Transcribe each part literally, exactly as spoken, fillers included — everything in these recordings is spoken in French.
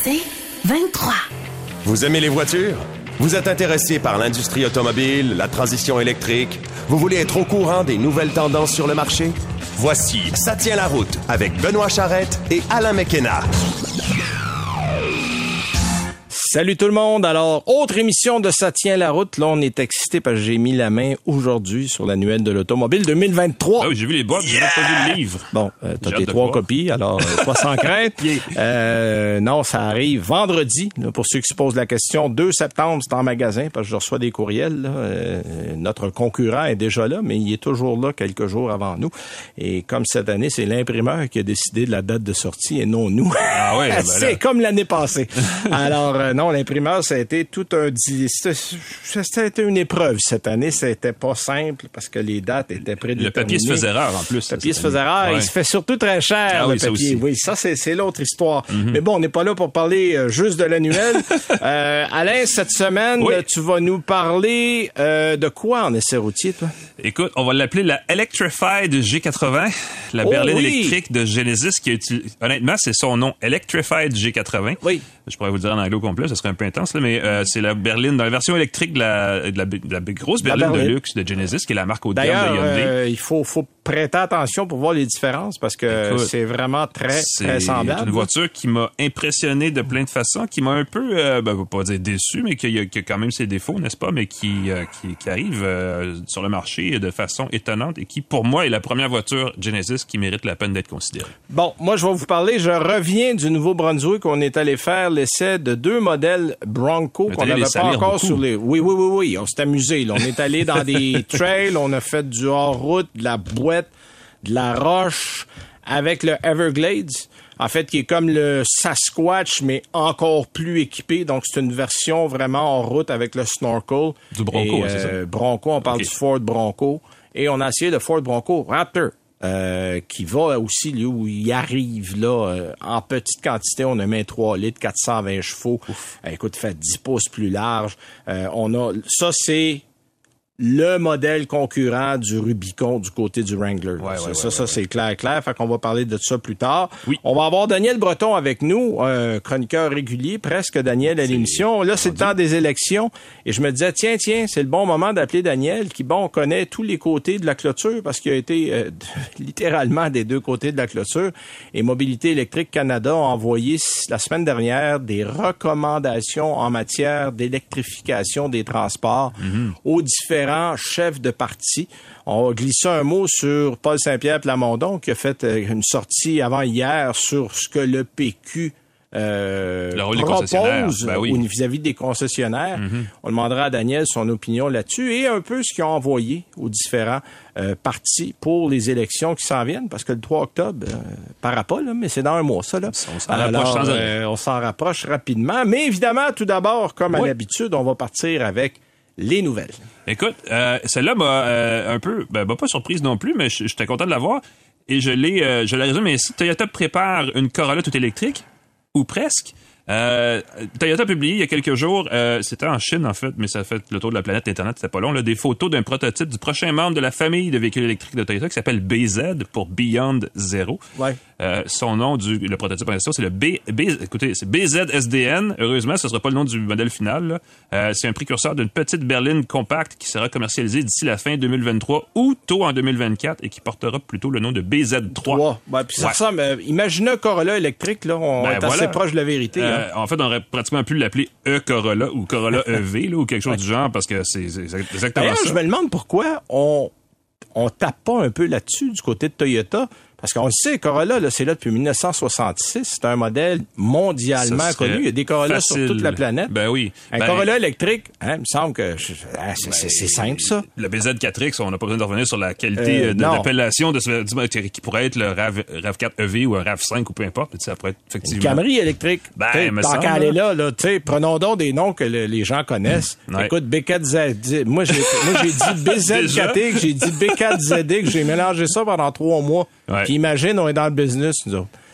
C'est vingt-trois. Vous aimez les voitures? Vous êtes intéressé par l'industrie automobile, la transition électrique? Vous voulez être au courant des nouvelles tendances sur le marché? Voici Ça tient la route avec Benoît Charrette et Alain McKenna. Salut tout le monde. Alors, autre émission de Ça tient la route. Là, on est excité parce que j'ai mis la main aujourd'hui sur l'annuel de l'automobile deux mille vingt-trois. Ah oui, j'ai vu les boîtes, yeah! J'ai même pas vu le livre. Bon, euh, t'as tes trois copies, alors euh, sois sans crainte. Yeah. Euh, non, ça arrive vendredi. Là, pour ceux qui se posent la question, deux septembre, c'est en magasin parce que je reçois des courriels. Là. Euh, notre concurrent est déjà là, mais il est toujours là quelques jours avant nous. Et comme cette année, c'est l'imprimeur qui a décidé de la date de sortie et non nous. Ah ouais, ben c'est là. comme l'année passée. Alors, euh, non, l'imprimeur, ça a été tout un... C'était une épreuve cette année. C'était pas simple parce que les dates étaient prédéterminées. Le papier se faisait rare en plus. Le papier se faisait rare. Ouais. Il se fait surtout très cher, ah, le oui, papier. Ça oui, ça, c'est, c'est l'autre histoire. Mm-hmm. Mais bon, on n'est pas là pour parler euh, juste de l'annuel. euh, Alain, cette semaine, oui. tu vas nous parler euh, de quoi en essai routier, toi? Écoute, on va l'appeler la Electrified G quatre-vingts, la oh, berline oui. électrique de Genesis qui a utilisé... Honnêtement, c'est son nom, Electrified G quatre-vingts. Oui. Je pourrais vous le dire en anglais au complet, ça serait un peu intense, là, mais euh, c'est la berline, dans la version électrique de la, de la, de la grosse berline, berline de luxe de Genesis, qui est la marque haut de gamme de Hyundai. Euh, il faut, faut prêter attention pour voir les différences, parce que Écoute, c'est vraiment très, c'est très semblable. C'est une voiture qui m'a impressionné de plein de façons, qui m'a un peu, euh, ben, je ne vais pas dire déçu, mais qui a, qui a quand même ses défauts, n'est-ce pas, mais qui, euh, qui, qui arrive euh, sur le marché de façon étonnante et qui, pour moi, est la première voiture Genesis qui mérite la peine d'être considérée. Bon, moi, je vais vous parler, je reviens du Nouveau-Brunswick, on est allé faire l'essai de deux modèles Bronco qu'on n'avait pas encore beaucoup. Sur les... Oui, oui, oui, oui, on s'est amusé, là. On est allé dans des trails, on a fait du hors-route, de la boîte, de la roche, avec le Everglades, en fait, qui est comme le Sasquatch, mais encore plus équipé. Donc, c'est une version vraiment hors route avec le snorkel. Du Bronco, et, euh, c'est ça? Bronco, on parle okay. du Ford Bronco. Et on a essayé le Ford Bronco Raptor. Euh, qui va aussi, lui, où il arrive, là, euh, en petite quantité. On a mis trois litres, quatre cent vingt chevaux. Euh, écoute, fait dix pouces plus large. Euh, on a, ça, c'est le modèle concurrent du Rubicon du côté du Wrangler. Ouais, ça, ouais, ça, ouais, ça ouais. c'est clair, clair. Fait qu'on va parler de ça plus tard. Oui. On va avoir Daniel Breton avec nous, un chroniqueur régulier, presque Daniel à l'émission. Là, c'est le temps des élections. Et je me disais, tiens, tiens, c'est le bon moment d'appeler Daniel, qui, bon, connaît tous les côtés de la clôture parce qu'il a été euh, littéralement des deux côtés de la clôture. Et Mobilité électrique Canada a envoyé la semaine dernière des recommandations en matière d'électrification des transports mm-hmm. aux différents chef de parti. On va glisser un mot sur Paul Saint-Pierre Plamondon qui a fait une sortie avant hier sur ce que le P Q euh, propose ben oui. vis-à-vis des concessionnaires. Mm-hmm. On demandera à Daniel son opinion là-dessus et un peu ce qu'ils ont envoyé aux différents euh, partis pour les élections qui s'en viennent, parce que le trois octobre, euh, paraît pas, là, mais c'est dans un mois, ça. Là. On s'en Alors, rapproche sans euh, on s'en rapproche rapidement. Mais évidemment, tout d'abord, comme oui. à l'habitude, on va partir avec les nouvelles. Écoute, euh, celle-là m'a euh, un peu, ben, m'a pas surprise non plus, mais j'étais content de la voir. Et je l'ai, euh, je la résume ainsi. Toyota prépare une Corolla tout électrique, ou presque. Euh, Toyota a publié il y a quelques jours, euh, c'était en Chine en fait, mais ça a fait le tour de la planète Internet, c'était pas long, là, des photos d'un prototype du prochain membre de la famille de véhicules électriques de Toyota qui s'appelle B Z pour Beyond Zero. Ouais. Euh, son nom du le prototype en question, c'est le B, B écoutez, c'est B Z S D N. Heureusement, ce sera pas le nom du modèle final. Là. Euh, c'est un précurseur d'une petite berline compacte qui sera commercialisée d'ici la fin deux mille vingt-trois ou tôt en deux mille vingt-quatre et qui portera plutôt le nom de B Z trois. Ouais, puis ça ouais. ressemble. Euh, imaginez un Corolla électrique là, on ben est voilà. assez proche de la vérité. Euh, hein. En fait, on aurait pratiquement pu l'appeler E-Corolla ou Corolla E V là, ou quelque chose ouais. du genre parce que c'est, c'est exactement D'ailleurs, ça. Je me demande pourquoi on on tape pas un peu là-dessus du côté de Toyota. Parce qu'on le sait, Corolla, là, c'est là depuis dix-neuf cent soixante-six. C'est un modèle mondialement connu. Il y a des Corolla facile. Sur toute la planète. Ben oui. Un ben, Corolla électrique, hein, il me semble que je, hein, c'est, ben, c'est, c'est simple, ça. Le B Z quatre X, on n'a pas besoin de revenir sur la qualité euh, de, d'appellation de ce qui pourrait être le RAV, RAV quatre E V ou un RAV cinq ou peu importe. Ça pourrait être effectivement... Une Camry électrique. Ben, me tant qu'elle est là, là, tu sais, prenons donc des noms que le, les gens connaissent. Mmh. Ouais. Écoute, B quatre Z... Moi, j'ai, moi, j'ai dit B Z quatre X, j'ai dit B quatre Z X, j'ai mélangé ça pendant trois mois. Ouais. Puis imagine, on est dans le business, nous autres.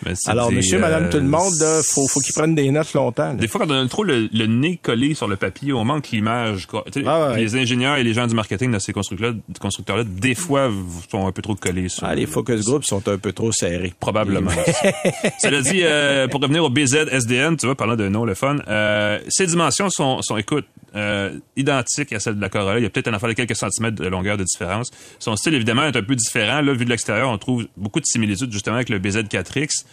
Alors, des, monsieur, euh, madame, tout le monde, il faut, faut qu'ils prennent des notes longtemps. Là. Des fois, quand on a trop le, le nez collé sur le papier, on manque l'image. Ah, ouais. Les ingénieurs et les gens du marketing de ces constructeurs-là, constructeurs-là, des fois, sont un peu trop collés sur... Ah, les focus groups sont un peu trop serrés. Probablement. Cela dit, euh, pour revenir au B Z S D N, tu vois, parlant de nom, le fun, euh, ces dimensions sont, sont écoute, euh, identiques à celles de la Corolla. Il y a peut-être un affaire de quelques centimètres de longueur de différence. Son style, évidemment, est un peu différent. Là, vu de l'extérieur, on trouve beaucoup de similitudes, justement, avec le B Z quatre X.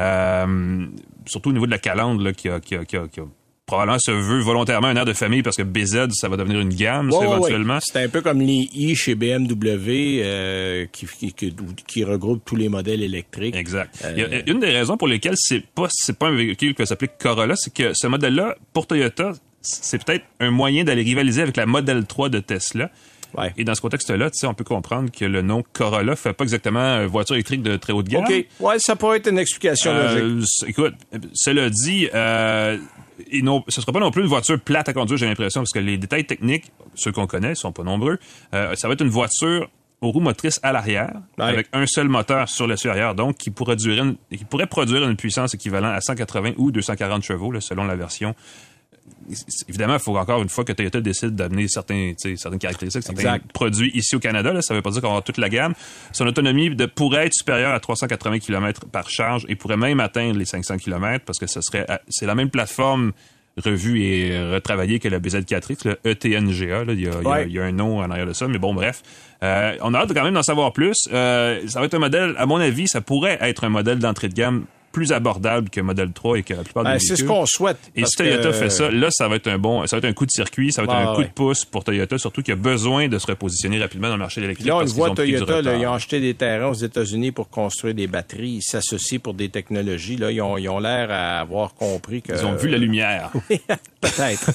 Euh, surtout au niveau de la calandre, là, qui a, qui a, qui a, qui a probablement se veut volontairement un air de famille parce que B Z, ça va devenir une gamme, ouais, ça, ouais, éventuellement. Ouais. C'est un peu comme les i chez B M W euh, qui, qui, qui, qui regroupe tous les modèles électriques. Exact. Euh... Il y a une des raisons pour lesquelles c'est pas, c'est pas un véhicule qui s'appelle Corolla, c'est que ce modèle-là, pour Toyota, c'est peut-être un moyen d'aller rivaliser avec la Model trois de Tesla. Ouais. Et dans ce contexte-là, tu sais, on peut comprendre que le nom Corolla fait pas exactement voiture électrique de très haute gamme. OK. Ouais, ça pourrait être une explication euh, logique. Écoute, cela dit, euh, et non, ce sera pas non plus une voiture plate à conduire, j'ai l'impression, parce que les détails techniques, ceux qu'on connaît, sont pas nombreux. Euh, ça va être une voiture aux roues motrices à l'arrière, ouais. avec un seul moteur sur le dessus arrière, donc qui pourrait, durer une, qui pourrait produire une puissance équivalente à cent quatre-vingts ou deux cent quarante chevaux, là, selon la version. Évidemment, il faut encore une fois que Toyota décide d'amener certains, certaines caractéristiques, certains exact. produits ici au Canada. Là, ça ne veut pas dire qu'on va avoir toute la gamme. Son autonomie de, pourrait être supérieure à trois cent quatre-vingts kilomètres par charge et pourrait même atteindre les cinq cents kilomètres parce que ce serait, c'est la même plateforme revue et retravaillée que le B Z quatre X, le E T N G A. Là. Il, y a, ouais. il, y a, il y a un nom en arrière de ça, mais bon, bref. Euh, on a hâte quand même d'en savoir plus. Euh, ça va être un modèle, à mon avis, ça pourrait être un modèle d'entrée de gamme plus abordable que Model trois et que la plupart des ben, véhicules. C'est ce qu'on souhaite. Et si Toyota que... fait ça, là, ça va être un bon, ça va être un coup de circuit, ça va être ah, un coup ouais. de pouce pour Toyota, surtout qu'il a besoin de se repositionner rapidement dans le marché électrique. Là, on voit Toyota, là, ils ont acheté des terrains aux États-Unis pour construire des batteries, ils s'associent pour des technologies. Là, ils ont, ils ont l'air à avoir compris que... Ils ont vu la lumière. Peut-être.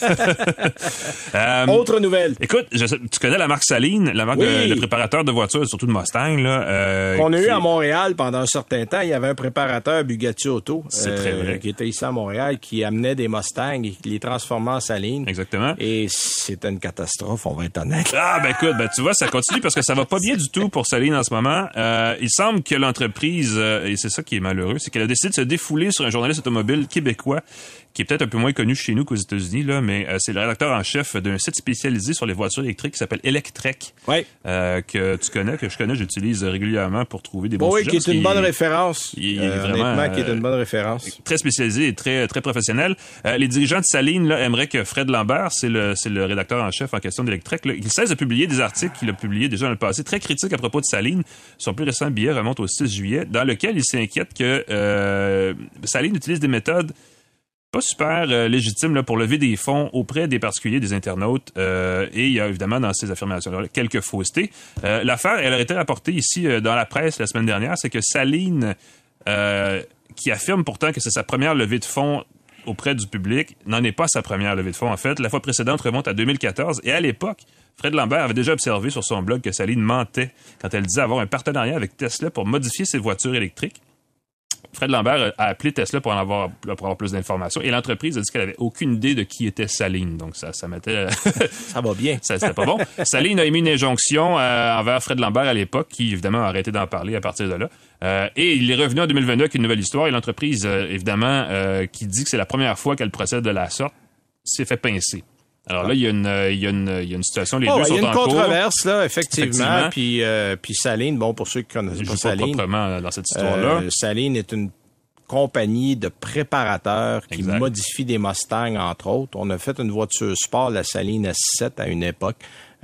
euh, Autre nouvelle. Écoute, je sais, tu connais la marque Saleen, la marque oui. de, de préparateur de voitures, surtout de Mustang, là. Euh, Qu'on a qui... eu à Montréal pendant un certain temps. Il y avait un préparateur Bugatti Auto. C'est euh, très vrai. Qui était ici à Montréal, qui amenait des Mustangs et qui les transformait en Saleen. Exactement. Et c'était une catastrophe, on va être honnête. Ah, ben écoute, ben tu vois, ça continue parce que ça va pas bien du tout pour Saleen en ce moment. Euh, il semble que l'entreprise, euh, et c'est ça qui est malheureux, c'est qu'elle a décidé de se défouler sur un journaliste automobile québécois qui est peut-être un peu moins connu chez nous qu'aux États-Unis, là, mais euh, c'est le rédacteur en chef d'un site spécialisé sur les voitures électriques qui s'appelle Electrek. Oui. Euh, que tu connais, que je connais, j'utilise régulièrement pour trouver des bons bon, sujets. Oui, qui est une il, bonne référence. Il, il euh, est vraiment... Honnêtement, qui est une bonne référence. Très spécialisé et très, très professionnel. Euh, les dirigeants de Saleen, là, aimeraient que Fred Lambert, c'est le, c'est le rédacteur en chef en question d'Electrek, là, il cesse de publier des articles qu'il a publiés déjà dans le passé, très critiques à propos de Saleen. Son plus récent billet remonte au six juillet, dans lequel il s'inquiète que euh, Saleen utilise des méthodes pas super euh, légitime là, pour lever des fonds auprès des particuliers, des internautes. Euh, et il y a évidemment dans ces affirmations-là quelques faussetés. Euh, l'affaire, elle a été rapportée ici euh, dans la presse la semaine dernière, c'est que Saleen, euh, qui affirme pourtant que c'est sa première levée de fonds auprès du public, n'en est pas sa première levée de fonds. En fait, la fois précédente remonte à deux mille quatorze et à l'époque, Fred Lambert avait déjà observé sur son blog que Saleen mentait quand elle disait avoir un partenariat avec Tesla pour modifier ses voitures électriques. Fred Lambert a appelé Tesla pour en avoir, pour avoir plus d'informations et l'entreprise a dit qu'elle avait aucune idée de qui était Saleen. Donc ça, ça mettait... ça va bien. Ça, c'était pas bon. Saleen a émis une injonction euh, envers Fred Lambert à l'époque, qui évidemment a arrêté d'en parler à partir de là. Euh, et il est revenu en deux mille vingt-deux avec une nouvelle histoire et l'entreprise, euh, évidemment, euh, qui dit que c'est la première fois qu'elle procède de la sorte, s'est fait pincer. Alors là, il y a une, il y a une, il y a une situation, les oh, deux sont en cours. Il y a une controverse, là, effectivement. effectivement. Puis, euh, puis Saleen, bon, pour ceux qui connaissent pas Saleen. proprement dans cette histoire-là. Euh, Saleen est une compagnie de préparateurs qui exact. modifie des Mustangs, entre autres. On a fait une voiture sport, la Saleen S sept, à une époque.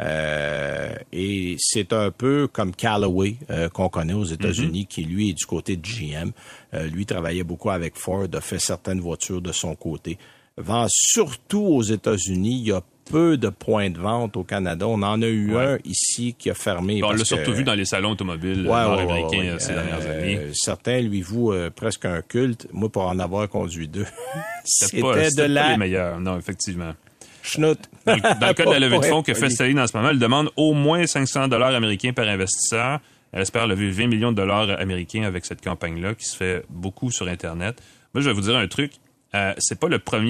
Euh, et c'est un peu comme Callaway euh, qu'on connaît aux États-Unis, mm-hmm. qui lui est du côté de G M. Euh, lui travaillait beaucoup avec Ford, a fait certaines voitures de son côté. Vend surtout aux États-Unis. Il y a peu de points de vente au Canada. On en a eu ouais. un ici qui a fermé. Bon, parce on l'a surtout que... vu dans les salons automobiles ouais, nord-américains ouais, ouais, ouais. ces euh, dernières années. Certains lui vouent euh, presque un culte. Moi, pour en avoir conduit deux, c'était, pas, c'était de la... pas les meilleurs. Non, effectivement. Schnout. Dans le, dans le cas de la levée de fonds que fait Saleen en ce moment, elle demande au moins cinq cents dollars américains par investisseur. Elle espère lever vingt millions de dollars américains avec cette campagne-là qui se fait beaucoup sur Internet. Moi, je vais vous dire un truc. Euh, c'est pas le premier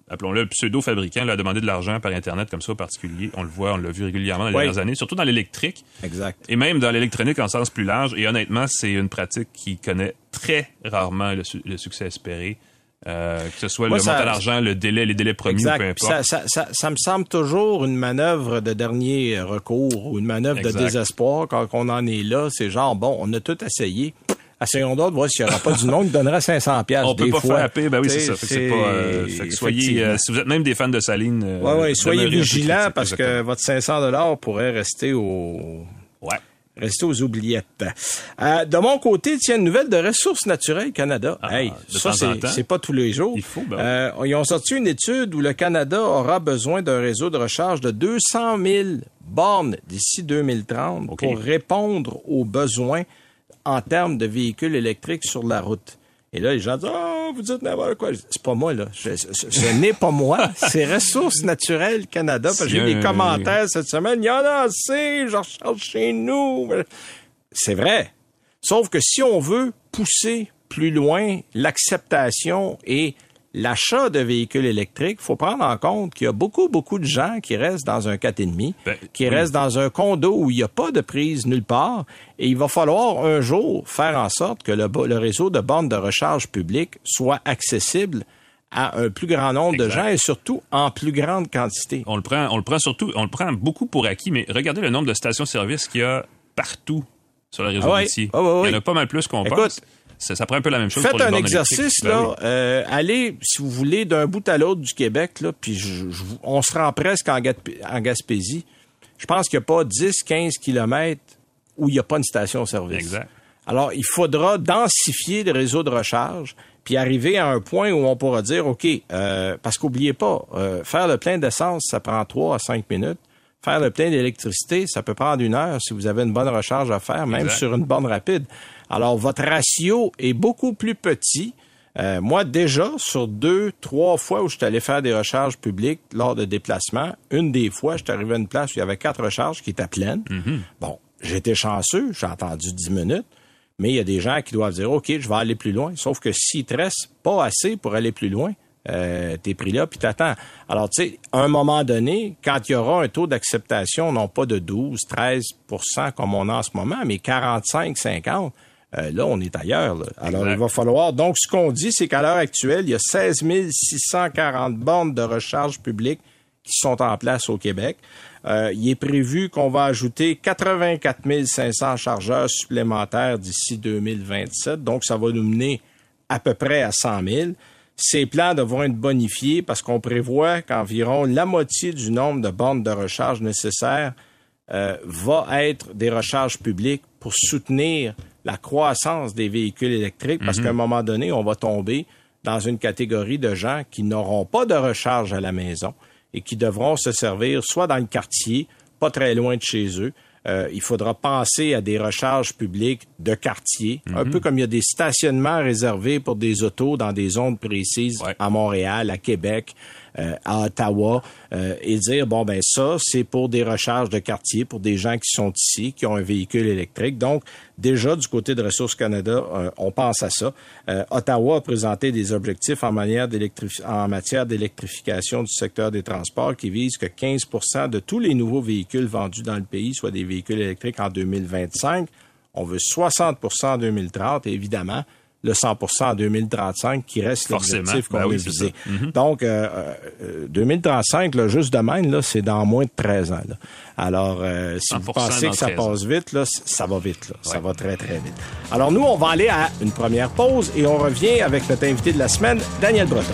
appelons-le, pseudo-fabricant, là, a demandé de l'argent par Internet comme ça aux particuliers. On le voit, on l'a vu régulièrement dans les oui. dernières années, surtout dans l'électrique. Exact. Et même dans l'électronique en sens plus large. Et honnêtement, c'est une pratique qui connaît très rarement le, su- le succès espéré. Euh, que ce soit Moi, le ça, montant d'argent, le délai, les délais promis, exact. ou peu importe. Ça, ça, ça, ça me semble toujours une manœuvre de dernier recours ou une manœuvre exact. de désespoir quand on en est là. C'est genre, bon, on a tout essayé. Essayons d'autres, voir s'il n'y aura pas du nom qui donnerait cinq cents piastres. On peut des pas fois. frapper, ben oui, c'est ça. Fait que c'est pas, euh, fait que soyez, euh, si vous êtes même des fans de Saline, euh, ouais, ouais, soyez vigilants parce exactement. que votre cinq cents dollars pourrait rester au, ouais. rester aux oubliettes. Euh, de mon côté, tiens, une nouvelle de Ressources naturelles Canada. Ah, hey, de ça, temps c'est, en temps. c'est pas tous les jours. Il faut, ben euh, ils ont sorti une étude où le Canada aura besoin d'un réseau de recharge de deux cent mille bornes d'ici deux mille trente okay. pour répondre aux besoins en termes de véhicules électriques sur la route. Et là, les gens disent « Ah, oh, vous dites n'importe quoi. » C'est pas moi, là. Je, ce, ce n'est pas moi. C'est Ressources naturelles Canada. Parce que j'ai eu des commentaires cette semaine. « Il y en a assez, je recharge chez nous. » C'est vrai. Sauf que si on veut pousser plus loin l'acceptation et l'achat de véhicules électriques, il faut prendre en compte qu'il y a beaucoup, beaucoup de gens qui restent dans un quatre virgule cinq, ben, qui oui. restent dans un condo où il n'y a pas de prise nulle part, et il va falloir un jour faire en sorte que le, le réseau de bornes de recharge publique soit accessible à un plus grand nombre exact. de gens et surtout en plus grande quantité. On le prend, on le prend surtout, on le prend beaucoup pour acquis, mais regardez le nombre de stations-service qu'il y a partout sur le réseau ah oui. ici. Ah oui, oui. Il y en a pas mal plus qu'on Écoute, pense. Ça, ça prend un peu la même chose Faites pour les un bornes exercice, ben là. oui. Euh, allez, si vous voulez, d'un bout à l'autre du Québec, là, puis je, je, on se rend presque en, Gat- en Gaspésie. Je pense qu'il n'y a pas dix, quinze kilomètres où il n'y a pas une station-service. Exact. Alors, il faudra densifier le réseau de recharge, puis arriver à un point où on pourra dire, OK, euh, parce qu'oubliez pas, euh, faire le plein d'essence, ça prend trois à cinq minutes. Faire le plein d'électricité, ça peut prendre une heure si vous avez une bonne recharge à faire, même exact. sur une borne rapide. Alors, votre ratio est beaucoup plus petit. Euh, moi, déjà, sur deux, trois fois où je suis allé faire des recharges publiques lors de déplacements, une des fois, je suis arrivé à une place où il y avait quatre recharges qui étaient pleines. Mm-hmm. Bon, j'étais chanceux, j'ai attendu dix minutes, mais il y a des gens qui doivent dire, OK, je vais aller plus loin. Sauf que s'il te reste pas assez pour aller plus loin, Euh, t'es pris là, puis t'attends. Alors, tu sais, à un moment donné, quand il y aura un taux d'acceptation, non pas de douze, treize pour cent comme on a en ce moment, mais quarante-cinq, cinquante, euh, là, on est ailleurs. Là. Alors, exact. il va falloir... Donc, ce qu'on dit, c'est qu'à l'heure actuelle, il y a seize mille six cent quarante bornes de recharge publique qui sont en place au Québec. Euh, il est prévu qu'on va ajouter quatre-vingt-quatre mille cinq cents chargeurs supplémentaires d'ici deux mille vingt-sept. Donc, ça va nous mener à peu près à cent mille. Ces plans devront être bonifiés parce qu'on prévoit qu'environ la moitié du nombre de bornes de recharge nécessaires euh, va être des recharges publiques pour soutenir la croissance des véhicules électriques parce mm-hmm. qu'à un moment donné, on va tomber dans une catégorie de gens qui n'auront pas de recharge à la maison et qui devront se servir soit dans le quartier, pas très loin de chez eux. Euh, il faudra penser à des recharges publiques de quartier, mm-hmm. un peu comme il y a des stationnements réservés pour des autos dans des zones précises ouais. à Montréal, à Québec, euh, à Ottawa, euh, et dire, bon, ben ça, c'est pour des recharges de quartier, pour des gens qui sont ici, qui ont un véhicule électrique. Donc, déjà, du côté de Ressources Canada, euh, on pense à ça. Euh, Ottawa a présenté des objectifs en, manière d'électrif- en matière d'électrification du secteur des transports qui visent que quinze pour cent de tous les nouveaux véhicules vendus dans le pays soient des véhicules électriques en deux mille vingt-cinq. On veut soixante pour cent en deux mille trente et évidemment, le cent pour cent en deux mille trente-cinq qui reste Forcément. l'objectif qu'on ben a oui, visé. Mm-hmm. Donc, euh, euh, deux mille trente-cinq, là, juste de même, là, c'est dans moins de treize ans. Là. Alors, euh, si vous pensez que ça passe vite, là, ça va vite. Là. Ouais. Ça va très, très vite. Alors, nous, on va aller à une première pause et on revient avec notre invité de la semaine, Daniel Breton.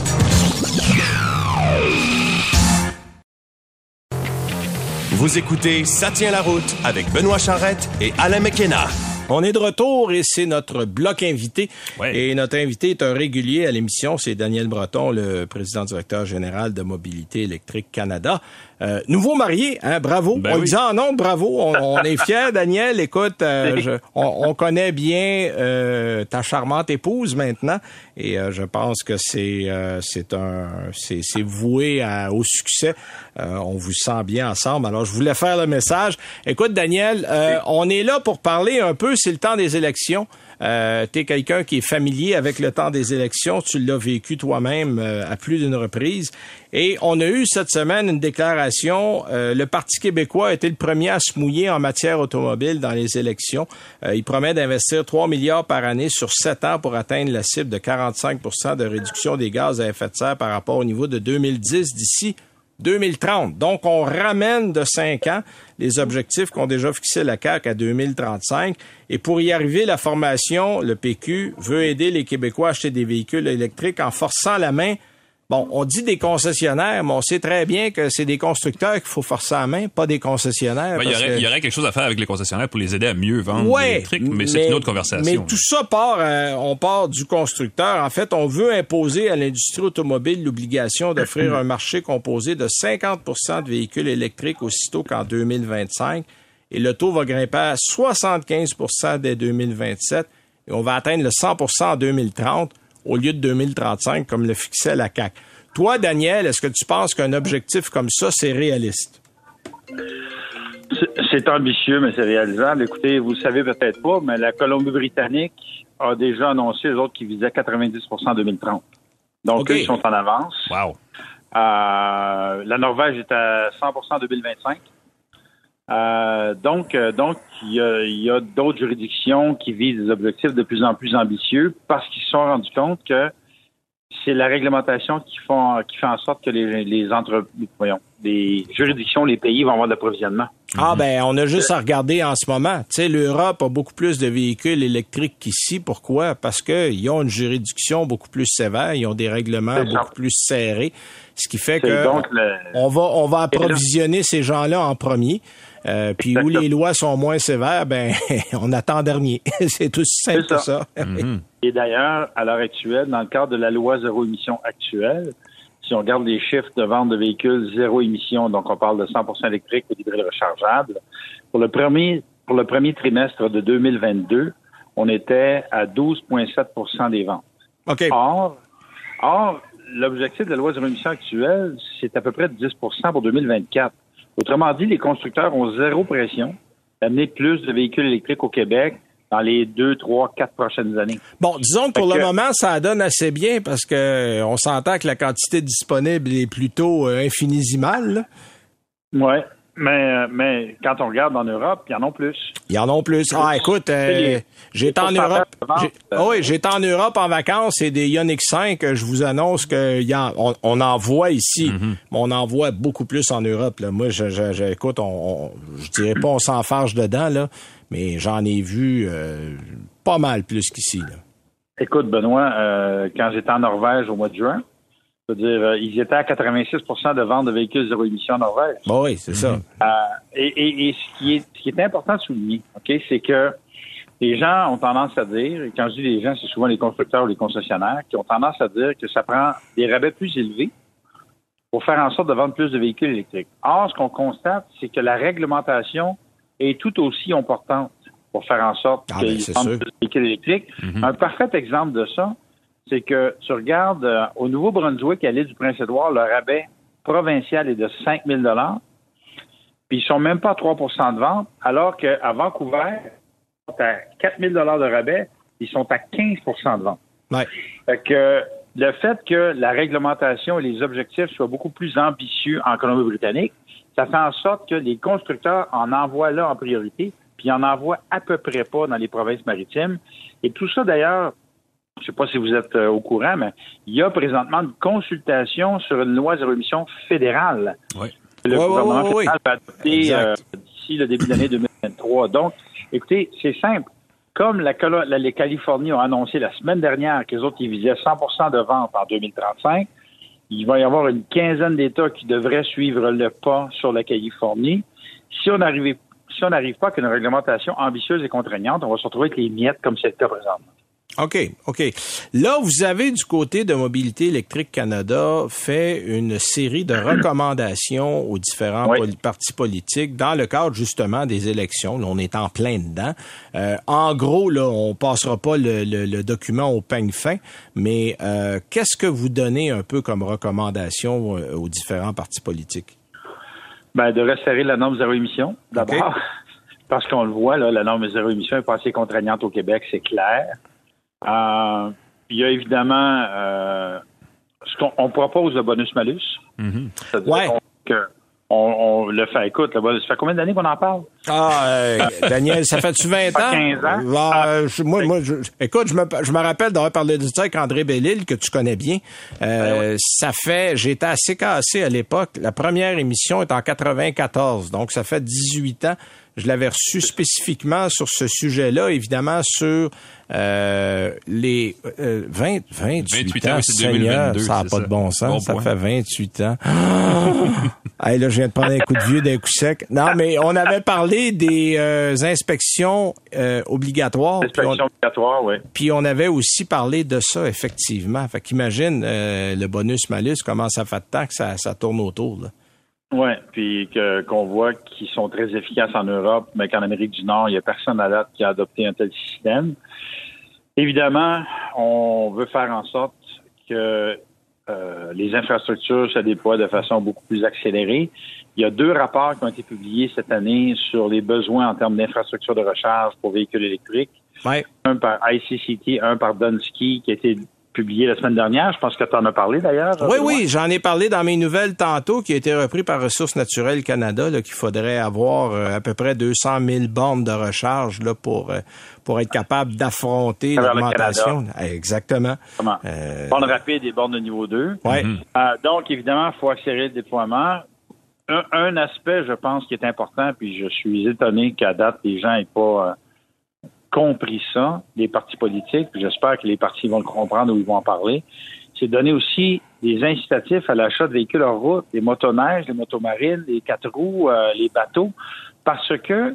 Vous écoutez Ça tient la route avec Benoît Charrette et Alain McKenna. On est de retour et c'est notre bloc invité. Ouais. Et notre invité est un régulier à l'émission, c'est Daniel Breton, le président-directeur général de Mobilité électrique Canada. Euh, nouveau marié, hein, bravo. Ben on oui. dit en nom, bravo. On, on est fiers, Daniel. Écoute, euh, je, on, on connaît bien euh, ta charmante épouse maintenant, et euh, je pense que c'est euh, c'est un c'est, c'est voué à, au succès. Euh, on vous sent bien ensemble. Alors, je voulais faire le message. Écoute, Daniel, euh, on est là pour parler un peu. C'est le temps des élections. Euh, tu es quelqu'un qui est familier avec le temps des élections. Tu l'as vécu toi-même euh, à plus d'une reprise. Et on a eu cette semaine une déclaration. Euh, le Parti québécois a été le premier à se mouiller en matière automobile dans les élections. Euh, il promet d'investir trois milliards par année sur sept ans pour atteindre la cible de quarante-cinq pour cent de réduction des gaz à effet de serre par rapport au niveau de deux mille dix d'ici deux mille trente. Donc, on ramène de cinq ans les objectifs qu'ont déjà fixé la C A Q à deux mille trente-cinq. Et pour y arriver, la formation, le P Q, veut aider les Québécois à acheter des véhicules électriques en forçant la main. Bon, on dit des concessionnaires, mais on sait très bien que c'est des constructeurs qu'il faut forcer la main, pas des concessionnaires. Ben, il, y aurait, que... il y aurait quelque chose à faire avec les concessionnaires pour les aider à mieux vendre ouais, l'électrique, mais, mais c'est une autre conversation. Mais tout ça part, euh, on part du constructeur. En fait, on veut imposer à l'industrie automobile l'obligation d'offrir un marché composé de cinquante pour cent de véhicules électriques aussitôt qu'en deux mille vingt-cinq. Et le taux va grimper à soixante-quinze pour cent dès deux mille vingt-sept. Et on va atteindre le cent pour cent en deux mille trente. Au lieu de deux mille trente-cinq, comme le fixait la C A Q. Toi, Daniel, est-ce que tu penses qu'un objectif comme ça, c'est réaliste? C'est ambitieux, mais c'est réalisable. Écoutez, vous le savez peut-être pas, mais la Colombie-Britannique a déjà annoncé, eux autres, qu'ils visaient quatre-vingt-dix pour cent en deux mille trente. Donc, okay. Eux, ils sont en avance. Wow. Euh, la Norvège est à cent pour cent en deux mille vingt-cinq. Euh, donc, euh, donc, il y a, il y a d'autres juridictions qui visent des objectifs de plus en plus ambitieux parce qu'ils se sont rendus compte que c'est la réglementation qui font, qui fait en sorte que les, les entre, voyons, les juridictions, les pays vont avoir de l'approvisionnement. Ah, ben, on a juste à regarder en ce moment. Tu sais, l'Europe a beaucoup plus de véhicules électriques qu'ici. Pourquoi? Parce qu'ils ont une juridiction beaucoup plus sévère. Ils ont des règlements beaucoup plus serrés. Ce qui fait que donc le... on va, on va approvisionner ces gens-là en premier. Euh, puis où les lois sont moins sévères, ben on attend dernier. C'est aussi simple que ça. Mm-hmm. Et d'ailleurs, à l'heure actuelle, dans le cadre de la loi zéro émission actuelle, si on regarde les chiffres de vente de véhicules zéro émission, donc on parle de cent pour cent électriques ou d'hybrides rechargeables, pour le premier pour le premier trimestre de deux mille vingt-deux, on était à douze virgule sept pour cent des ventes. Okay. Or, or, l'objectif de la loi zéro émission actuelle, c'est à peu près dix pour cent pour deux mille vingt-quatre. Autrement dit, les constructeurs ont zéro pression d'amener plus de véhicules électriques au Québec dans les deux, trois, quatre prochaines années. Bon, disons que pour fait le que... moment, ça donne assez bien parce que on s'entend que la quantité disponible est plutôt euh, infinisimale. Oui, mais, mais quand on regarde en Europe, il y en a plus. Il y en a plus. Ah, écoute, euh, j'étais en Europe. J'ai, oh oui, j'étais en Europe en vacances et des Ioniq cinq, je vous annonce qu'on on en voit ici, mm-hmm. mais on en voit beaucoup plus en Europe. Là. Moi, je, je, je, écoute, on, on, je dirais pas on s'enfarge dedans, là, mais j'en ai vu euh, pas mal plus qu'ici. Là. Écoute, Benoît, euh, quand j'étais en Norvège au mois de juin, je veux dire, euh, ils étaient à quatre-vingt-six pour cent de vente de véhicules zéro émission en Norvège. Bon, oui, c'est ça. Euh, et, et, et ce qui est, ce qui est important de souligner, ok, c'est que les gens ont tendance à dire, et quand je dis les gens, c'est souvent les constructeurs ou les concessionnaires, qui ont tendance à dire que ça prend des rabais plus élevés pour faire en sorte de vendre plus de véhicules électriques. Or, ce qu'on constate, c'est que la réglementation est tout aussi importante pour faire en sorte ah, qu'ils ben, vendent plus de véhicules électriques. Mm-hmm. Un parfait exemple de ça, c'est que tu regardes euh, au Nouveau-Brunswick, à l'île du Prince-Édouard, le rabais provincial est de cinq mille dollars, puis ils sont même pas à trois pour cent de vente, alors qu'à Vancouver, ils sont à quatre mille dollars de rabais, ils sont à quinze pour cent de vente. Ouais. Fait que le fait que la réglementation et les objectifs soient beaucoup plus ambitieux en Colombie-Britannique, ça fait en sorte que les constructeurs en envoient là en priorité, puis ils en envoient à peu près pas dans les provinces maritimes. Et tout ça, d'ailleurs, je ne sais pas si vous êtes euh, au courant, mais il y a présentement une consultation sur une loi zéro émission fédérale. Oui. Le oui, gouvernement oui, oui, fédéral va adopter euh, d'ici le début de l'année deux mille vingt-trois. Donc, écoutez, c'est simple. Comme la, la, les Californiens ont annoncé la semaine dernière qu'ils autres, ils visaient cent pour cent de vente en deux mille trente-cinq, il va y avoir une quinzaine d'États qui devraient suivre le pas sur la Californie. Si on n'arrive si on n'arrive pas à une réglementation ambitieuse et contraignante, on va se retrouver avec les miettes comme c'est le cas présentement. OK, OK. Là, vous avez du côté de Mobilité électrique Canada fait une série de recommandations aux différents oui. poli- partis politiques dans le cadre justement des élections. Là, on est en plein dedans. Euh, en gros, là, on passera pas le, le, le document au peigne fin, mais euh, qu'est-ce que vous donnez un peu comme recommandation euh, aux différents partis politiques? Ben, de resserrer la norme zéro émission, d'abord. Okay. parce qu'on le voit, là, la norme zéro émission est pas assez contraignante au Québec, c'est clair. Euh, il y a évidemment euh, ce qu'on on propose le bonus-malus. Mm-hmm. C'est-à-dire ouais. qu'on, que on, on le fait. Écoute, le bonus, ça fait combien d'années qu'on en parle? Ah, euh, Daniel, ça fait-tu vingt ans? quinze ans. Ah, je, moi, moi, je, écoute, je me, je me rappelle d'avoir parlé de ça avec André Bellil, que tu connais bien. Euh, ben oui. Ça fait, j'étais assez cassé à l'époque. La première émission est en quatre-vingt-quatorze, donc ça fait dix-huit ans. Je l'avais reçu spécifiquement sur ce sujet-là, évidemment sur euh, les euh, vingt, vingt-huit ans, oui, Seigneur, ça n'a pas ça. de bon sens, bon ça point. fait vingt-huit ans. Hey, là, je viens de prendre un coup de vieux d'un coup sec. Non, mais on avait parlé des euh, inspections euh, obligatoires. Inspections obligatoires, oui. Puis on avait aussi parlé de ça, effectivement. Fait qu'imagine euh, le bonus-malus, comment ça fait de temps que ça, ça tourne autour, là. Oui, puis que, qu'on voit qu'ils sont très efficaces en Europe, mais qu'en Amérique du Nord, il n'y a personne à date qui a adopté un tel système. Évidemment, on veut faire en sorte que euh, les infrastructures se déploient de façon beaucoup plus accélérée. Il y a deux rapports qui ont été publiés cette année sur les besoins en termes d'infrastructures de recharge pour véhicules électriques. Ouais. Un par I C C T, un par Dunsky, qui a été publié la semaine dernière. Je pense que tu en as parlé d'ailleurs. Oui, oui, j'en ai parlé dans mes nouvelles tantôt, qui a été repris par Ressources naturelles Canada, là, qu'il faudrait avoir euh, à peu près deux cent mille bornes de recharge là, pour euh, pour être capable d'affronter l'augmentation. Exactement. Comment? Euh... Bornes rapides et bornes de niveau deux. Oui. Mm-hmm. Euh, donc, évidemment, il faut accélérer le déploiement. Un, un aspect, je pense, qui est important, puis je suis étonné qu'à date, les gens n'aient pas... Euh, compris ça, les partis politiques, puis j'espère que les partis vont le comprendre ou ils vont en parler, c'est donner aussi des incitatifs à l'achat de véhicules hors route, les motoneiges, les motomarines, les quatre roues, euh, les bateaux, parce que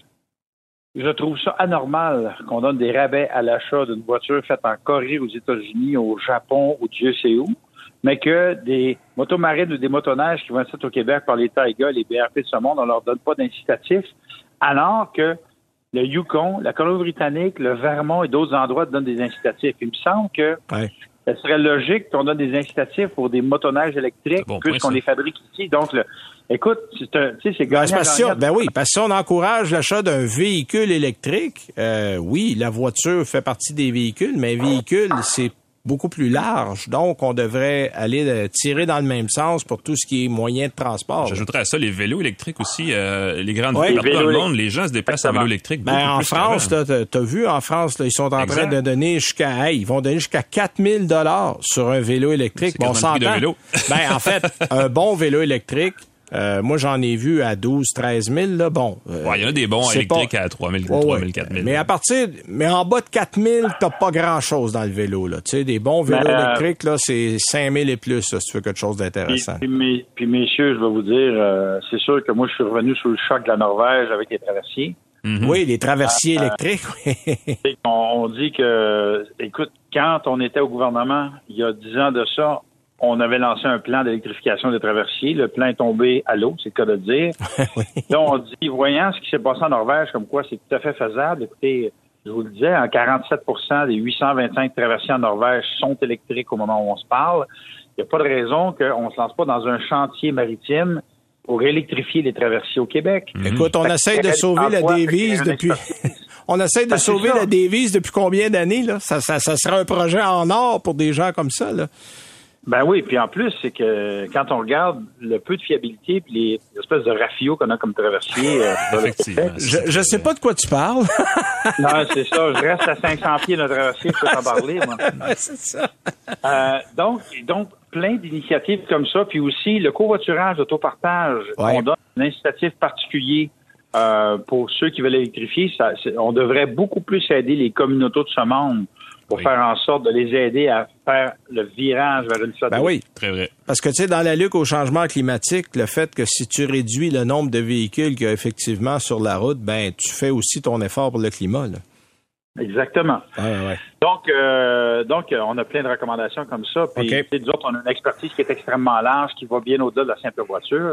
je trouve ça anormal qu'on donne des rabais à l'achat d'une voiture faite en Corée, aux États-Unis, au Japon, ou Dieu sait où, mais que des motomarines ou des motoneiges qui vont être faits au Québec par les Taiga, les B R P de ce monde, on leur donne pas d'incitatifs, alors que le Yukon, la Colombie-Britannique, le Vermont et d'autres endroits donnent des incitatifs. Il me semble que ouais. ça serait logique qu'on donne des incitatifs pour des motoneiges électriques bon puisqu'on point, les fabrique ici. Donc, le, écoute, c'est, un, tu sais, c'est gagnant, ben, c'est gagnant. Ben oui, parce que si on encourage l'achat d'un véhicule électrique, euh, oui, la voiture fait partie des véhicules, mais un véhicule, c'est beaucoup plus large. Donc, on devrait aller tirer dans le même sens pour tout ce qui est moyen de transport. J'ajouterais à ça les vélos électriques aussi. Euh, les grandes ouais, villes partout dans le monde, les gens se déplacent en vélo électrique. Ben, en France, là, t'as, t'as vu, en France, là, ils sont en exact. train de donner jusqu'à, hey, ils vont donner jusqu'à quatre mille dollars sur un vélo électrique. C'est bon, on s'entend. Vélo. Ben, en fait, un bon vélo électrique, Euh, moi, j'en ai vu à douze, treize mille, là. Bon. Euh, ouais, il y en a des bons électriques pas... à trois mille, oh, trois mille, quatre mille. Mais à partir, mais en bas de quatre mille, t'as pas grand chose dans le vélo, là. Tu sais, des bons vélos euh... électriques, là, c'est cinq mille et plus, là, si tu veux quelque chose d'intéressant. Puis, puis, puis messieurs, je vais vous dire, euh, c'est sûr que moi, je suis revenu sous le choc de la Norvège avec les traversiers. Mm-hmm. Oui, les traversiers euh, électriques, oui. on, on dit que, écoute, quand on était au gouvernement, il y a dix ans de ça, on avait lancé un plan d'électrification des traversiers. Le plan est tombé à l'eau, c'est le cas de le dire. Oui. Là, on dit, voyant ce qui s'est passé en Norvège, comme quoi c'est tout à fait faisable. Écoutez, je vous le disais, en quarante-sept pour cent des huit cent vingt-cinq traversiers en Norvège sont électriques au moment où on se parle. Il n'y a pas de raison qu'on ne se lance pas dans un chantier maritime pour électrifier les traversiers au Québec. Mmh. Écoute, on essaie de sauver la devise depuis... On essaie de sauver la devise depuis combien d'années, là? Ça, ça, ça sera un projet en or pour des gens comme ça, là. Ben oui, puis en plus, c'est que quand on regarde le peu de fiabilité puis les espèces de rafios qu'on a comme traversier... Euh, Effectivement. Je, je sais pas de quoi tu parles. Non, c'est ça. Je reste à cinq cents pieds de traversier, je peux t'en parler, moi. C'est ça. Euh, donc, donc, plein d'initiatives comme ça. Puis aussi, le covoiturage d'autopartage, ouais. On donne un incitatif particulier euh, pour ceux qui veulent électrifier. Ça, on devrait beaucoup plus aider les communautés de ce monde pour oui. faire en sorte de les aider à faire le virage vers une flotte. Ben oui, très vrai. Parce que, tu sais, dans la lutte au changement climatique, le fait que si tu réduis le nombre de véhicules qu'il y a effectivement sur la route, ben tu fais aussi ton effort pour le climat, là. Exactement. Ah, ouais, ouais. Donc, euh, donc, on a plein de recommandations comme ça. Puis, okay. nous autres, on a une expertise qui est extrêmement large, qui va bien au-delà de la simple voiture.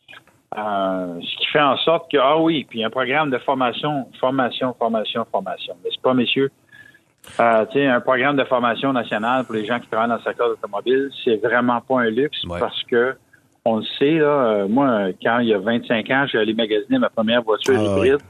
Euh, ce qui fait en sorte que, ah oui, puis un programme de formation, formation, formation, formation. N'est-ce pas, messieurs? Euh, tu sais, un programme de formation nationale pour les gens qui travaillent dans le secteur automobile, c'est vraiment pas un luxe ouais. parce que on le sait, là, euh, moi, quand il y a vingt-cinq ans, j'ai allé magasiner ma première voiture ah, hybride. Ouais.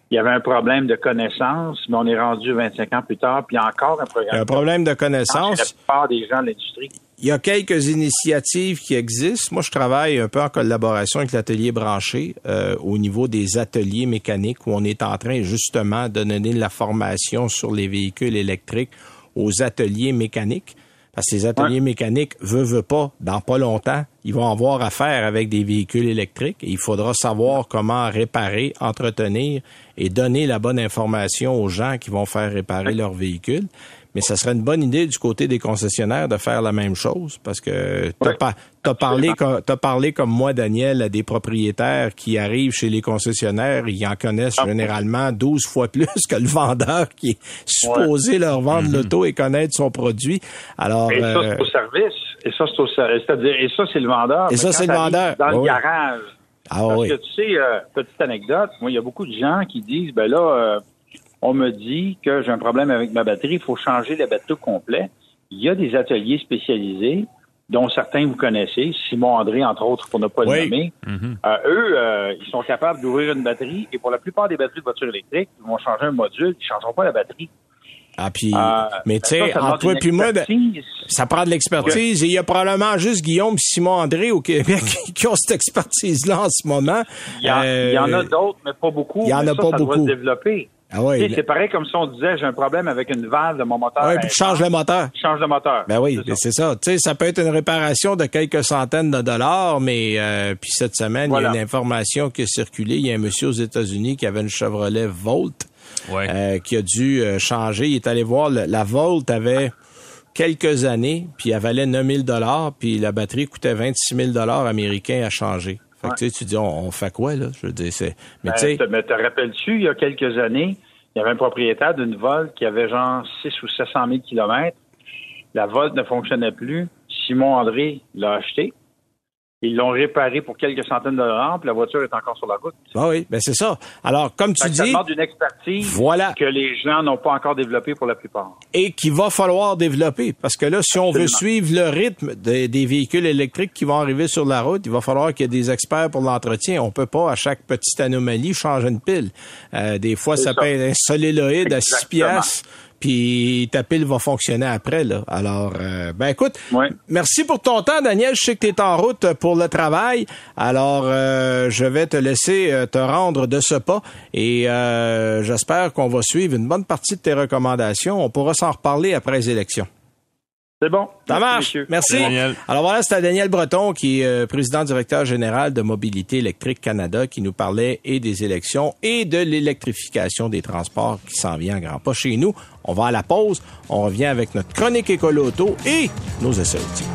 il y avait un problème de connaissance, mais on est rendu vingt-cinq ans plus tard, puis il y a encore un problème. Un problème de connaissance. Chez la plupart des gens de l'industrie. Il y a quelques initiatives qui existent. Moi, je travaille un peu en collaboration avec l'atelier branché euh, au niveau des ateliers mécaniques où on est en train justement de donner de la formation sur les véhicules électriques aux ateliers mécaniques. Parce que ces ateliers ouais. mécaniques, veut, veut pas, dans pas longtemps, ils vont avoir affaire avec des véhicules électriques et il faudra savoir comment réparer, entretenir et donner la bonne information aux gens qui vont faire réparer ouais. leurs véhicules. Mais ça serait une bonne idée du côté des concessionnaires de faire la même chose parce que t'as, oui, pas, t'as parlé comme, t'as parlé comme moi, Daniel, à des propriétaires qui arrivent chez les concessionnaires, ils en connaissent ah, généralement douze fois plus que le vendeur qui est supposé ouais. leur vendre mm-hmm. l'auto et connaître son produit. Alors, et ça, euh, c'est au service. Et ça, c'est au service. C'est-à-dire, et ça, c'est le vendeur. Et ça, c'est le vendeur. Dans oui. le garage. Ah, parce oui. que tu sais, euh, petite anecdote, moi, il y a beaucoup de gens qui disent, ben là, euh, on me dit que j'ai un problème avec ma batterie, il faut changer la batterie au complet. Il y a des ateliers spécialisés, dont certains vous connaissez, Simon André, entre autres, pour ne pas oui. le nommer. Mm-hmm. Euh, eux, euh, ils sont capables d'ouvrir une batterie, et pour la plupart des batteries de voitures électriques, ils vont changer un module, ils ne changeront pas la batterie. Ah, puis, euh, mais tu sais, entre toi et moi, ça prend de l'expertise. Ouais. Et il y a probablement juste Guillaume et Simon André au Québec qui ont cette expertise-là en ce moment. Il y, a, euh, il y en a d'autres, mais pas beaucoup. Il y en mais a ça, pas ça beaucoup. doit se développer. Ah ouais, tu sais, c'est pareil comme si on disait, j'ai un problème avec une valve de mon moteur. Oui, puis tu changes le moteur. Tu changes le moteur. Ben oui, c'est ça. C'est ça. Tu sais, ça peut être une réparation de quelques centaines de dollars, mais euh, puis cette semaine, voilà. il y a une information qui a circulé. Il y a un monsieur aux États-Unis qui avait une Chevrolet Volt ouais. euh, qui a dû euh, changer. Il est allé voir, le, la Volt avait quelques années, puis elle valait neuf mille dollars, puis la batterie coûtait vingt-six mille dollars américains à changer. Fait que, ouais. tu sais, tu dis, on, on fait quoi, là? Je veux dire, c'est... Mais ben, tu sais... Mais te rappelles-tu, il y a quelques années, il y avait un propriétaire d'une Volt qui avait genre six ou sept cent mille kilomètres. La Volt ne fonctionnait plus. Simon André l'a acheté. Ils l'ont réparé pour quelques centaines de dollars, puis la voiture est encore sur la route. Ah oui, ben c'est ça. Alors, comme tu dis... Ça demande une expertise voilà. que les gens n'ont pas encore développée pour la plupart. Et qu'il va falloir développer, parce que là, si Absolument. on veut suivre le rythme de, des véhicules électriques qui vont arriver sur la route, il va falloir qu'il y ait des experts pour l'entretien. On peut pas, à chaque petite anomalie, changer une pile. Euh, des fois, ça, ça peut être un solénoïde à six piastres. Puis ta pile va fonctionner après, là. Alors, euh, ben écoute, ouais. merci pour ton temps, Daniel. Je sais que tu es en route pour le travail. Alors, euh, je vais te laisser euh, te rendre de ce pas. Et euh, j'espère qu'on va suivre une bonne partie de tes recommandations. On pourra s'en reparler après les élections. C'est bon. Ça marche. Merci. Merci. Alors voilà, c'était Daniel Breton, qui est euh, président directeur général de Mobilité électrique Canada, qui nous parlait et des élections et de l'électrification des transports qui s'en vient à grands pas chez nous. On va à la pause. On revient avec notre chronique écolo-auto et nos essais routiers.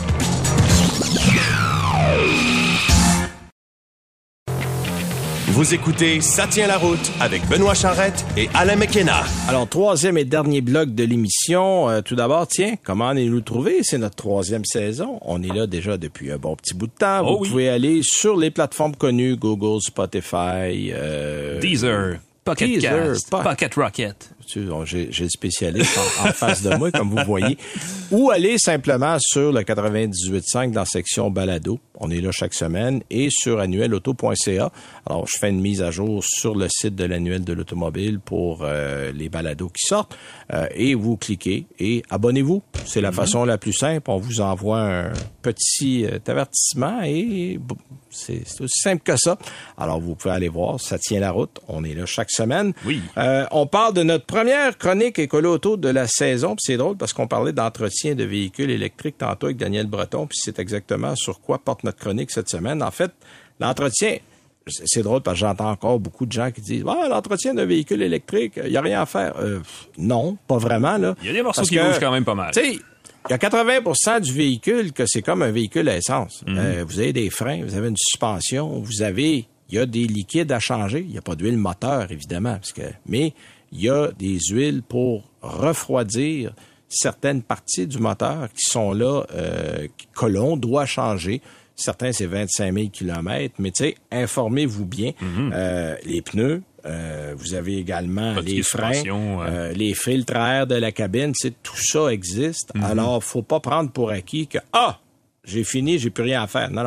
Vous écoutez Ça tient la route avec Benoît Charrette et Alain McKenna. Alors, troisième et dernier bloc de l'émission. Euh, tout d'abord, tiens, comment allez-nous trouver? C'est notre troisième saison. On est là déjà depuis un bon petit bout de temps. Oh Vous oui. pouvez aller sur les plateformes connues, Google, Spotify, euh, Deezer, Pocket Deezer, Cast, po- Pocket Rocket. J'ai, j'ai le spécialiste en, en face de moi, comme vous voyez. Ou aller simplement sur le quatre-vingt-dix-huit virgule cinq dans la section balado. On est là chaque semaine. Et sur annuel auto point c a. Alors, je fais une mise à jour sur le site de l'annuel de l'automobile pour euh, les balados qui sortent. Euh, et vous cliquez et abonnez-vous. C'est la mm-hmm. façon la plus simple. On vous envoie un petit euh, avertissement et c'est, c'est aussi simple que ça. Alors, vous pouvez aller voir. Ça tient la route. On est là chaque semaine. Oui. Euh, on parle de notre première chronique écolo-auto de la saison. Puis c'est drôle parce qu'on parlait d'entretien de véhicules électriques tantôt avec Daniel Breton. Puis c'est exactement sur quoi porte notre chronique cette semaine. En fait, l'entretien, c'est drôle parce que j'entends encore beaucoup de gens qui disent « Ah, l'entretien d'un véhicule électrique, il n'y a rien à faire. Euh, » Non, pas vraiment. Là. Il y a des morceaux parce qui que, bougent quand même pas mal. Tu sais, il y a quatre-vingts pour cent du véhicule que c'est comme un véhicule à essence. Mm-hmm. Euh, vous avez des freins, vous avez une suspension, vous avez... Il y a des liquides à changer. Il n'y a pas d'huile moteur, évidemment, parce que mais il y a des huiles pour refroidir certaines parties du moteur qui sont là, euh, que l'on doit changer. Certains, c'est vingt-cinq mille kilomètres, mais tu sais, informez-vous bien. Mm-hmm. Euh, les pneus, euh, vous avez également pas les freins, ouais. euh, les filtres à air de la cabine, tu sais, tout ça existe. Mm-hmm. Alors, faut pas prendre pour acquis que, ah, j'ai fini, j'ai plus rien à faire. Non, non.